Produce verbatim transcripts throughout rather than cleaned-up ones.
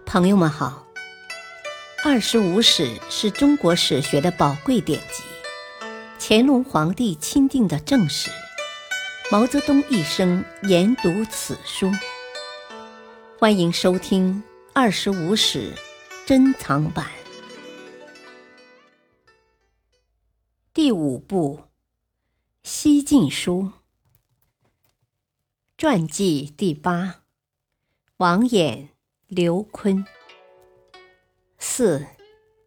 朋友们好，二十五史是中国史学的宝贵典籍，乾隆皇帝钦定的正史，毛泽东一生研读此书。欢迎收听二十五史珍藏版。第五部，西晋书，传记第八，王衍、刘琨。四，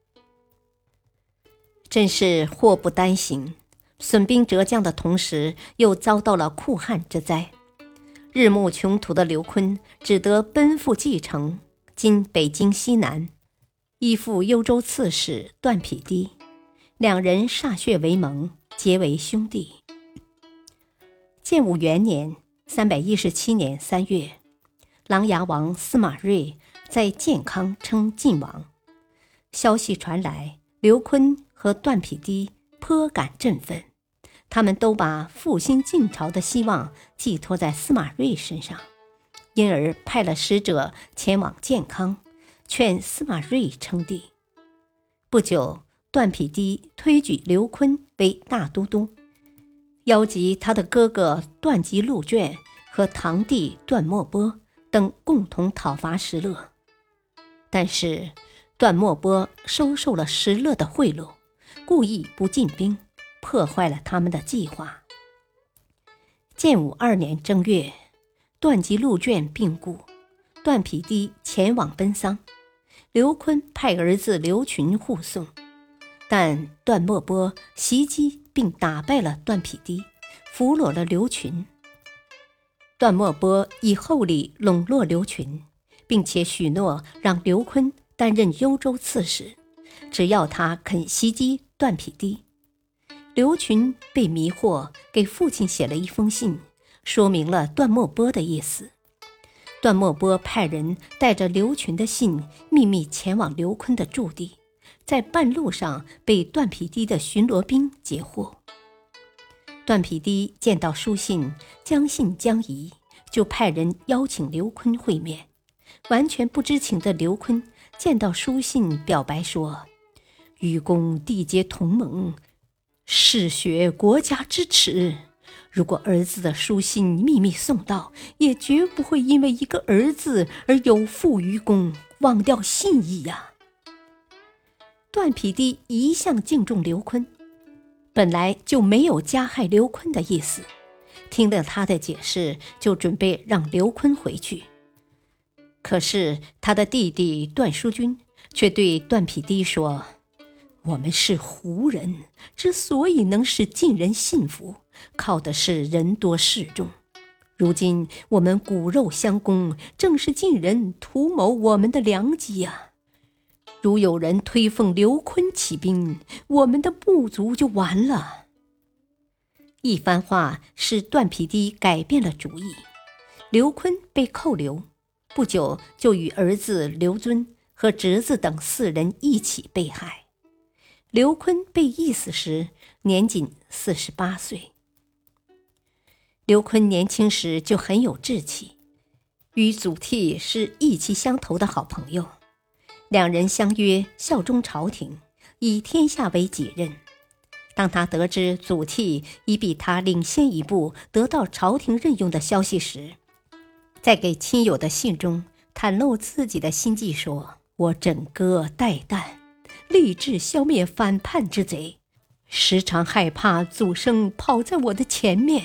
真是祸不单行，损兵折将的同时，又遭到了酷旱之灾。日暮穷途的刘琨只得奔赴蓟城，今北京西南，依附幽州刺史段匹敌，两人歃血为盟，结为兄弟。建武元年三百一十七年三月，琅琊王司马睿在建康称晋王。消息传来，刘琨和段匹敌颇感振奋，他们都把复兴晋朝的希望寄托在司马睿身上，因而派了使者前往建康，劝司马睿称帝。不久，段匹敌推举刘琨为大都督，邀集他的哥哥段吉陆卷和堂弟段莫波等共同讨伐石勒。但是段莫波收受了石勒的贿赂，故意不进兵，破坏了他们的计划。建武二年正月，段吉陆卷病故，段匹敌前往奔丧，刘琨派儿子刘群护送，但段莫波袭击并打败了段匹敌，俘虏了刘群。段莫波以厚礼笼络刘群，并且许诺让刘琨担任幽州刺史，只要他肯袭击段匹敌。刘群被迷惑，给父亲写了一封信，说明了段莫波的意思。段莫波派人带着刘群的信秘密前往刘琨的驻地，在半路上被段匹敌的巡逻兵截获。段匹敌见到书信，将信将疑，就派人邀请刘琨会面。完全不知情的刘琨见到书信，表白说：与公缔结同盟，是学国家之耻，如果儿子的书信秘密送到，也绝不会因为一个儿子而有负于公，忘掉信义呀。段匹敌一向敬重刘琨，本来就没有加害刘琨的意思，听了他的解释，就准备让刘琨回去。可是他的弟弟段叔君却对段匹敌说：我们是胡人，之所以能使晋人信服，靠的是人多势众。如今我们骨肉相攻，正是晋人图谋我们的良机啊！如有人推奉刘琨起兵，我们的部族就完了。一番话使段匹敌改变了主意，刘琨被扣留，不久就与儿子刘遵和侄子等四人一起被害。刘琨被缢死时年仅四十八岁。刘琨年轻时就很有志气，与祖逖是意气相投的好朋友，两人相约效忠朝廷，以天下为己任。当他得知祖逖已比他领先一步得到朝廷任用的消息时，在给亲友的信中袒露自己的心迹，说：我枕戈待旦，立志消灭反叛之贼，时常害怕祖生跑在我的前面。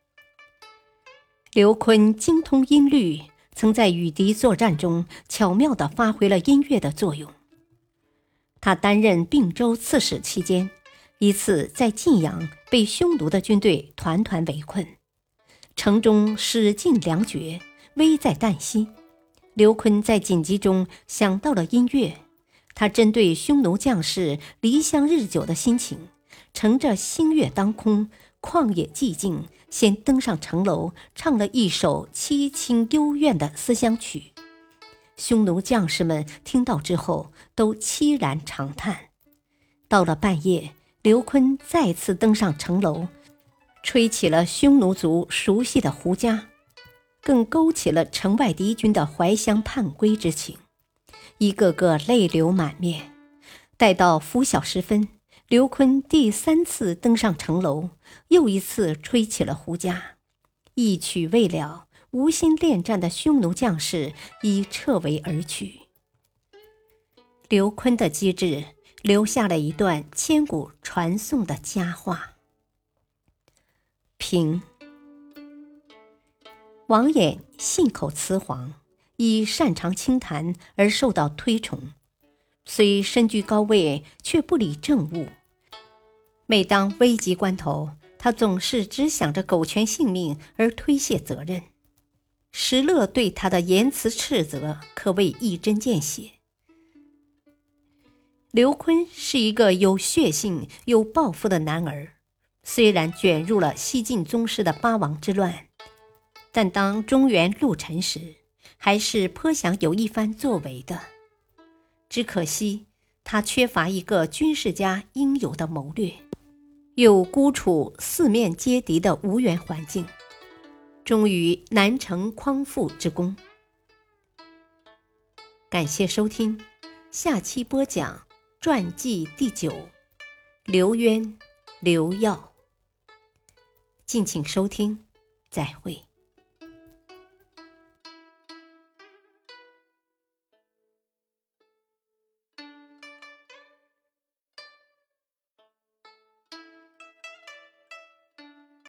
刘琨精通音律，曾在与敌作战中巧妙地发挥了音乐的作用。他担任并州刺史期间，一次在晋阳被匈奴的军队团团围困，城中使尽粮绝，危在旦夕。刘琨在紧急中想到了音乐，他针对匈奴将士离乡日久的心情，乘着星月当空，旷野寂静，先登上城楼，唱了一首凄清幽怨的思乡曲。匈奴将士们听到之后都凄然长叹。到了半夜，刘琨再次登上城楼，吹起了匈奴族熟悉的胡笳，更勾起了城外敌军的怀乡盼归之情。 一个个泪流满面。待到拂晓时分，刘琨第三次登上城楼，又一次吹起了胡笳。一曲未了，无心恋战的匈奴将士已撤围而去。刘琨的机智留下了一段千古传颂的佳话。评：王衍信口雌黄，以擅长清谈而受到推崇，虽身居高位，却不理政务。每当危急关头，他总是只想着苟全性命而推卸责任。石勒对他的言辞斥责可谓一针见血。刘琨是一个有血性、有抱负的男儿，虽然卷入了西晋宗室的八王之乱，但当中原陆沉时，还是颇想有一番作为的。只可惜他缺乏一个军事家应有的谋略，又孤处四面皆敌的无援环境，终于难成匡复之功。感谢收听，下期播讲传记第九，刘渊、刘曜。敬请收听，再会。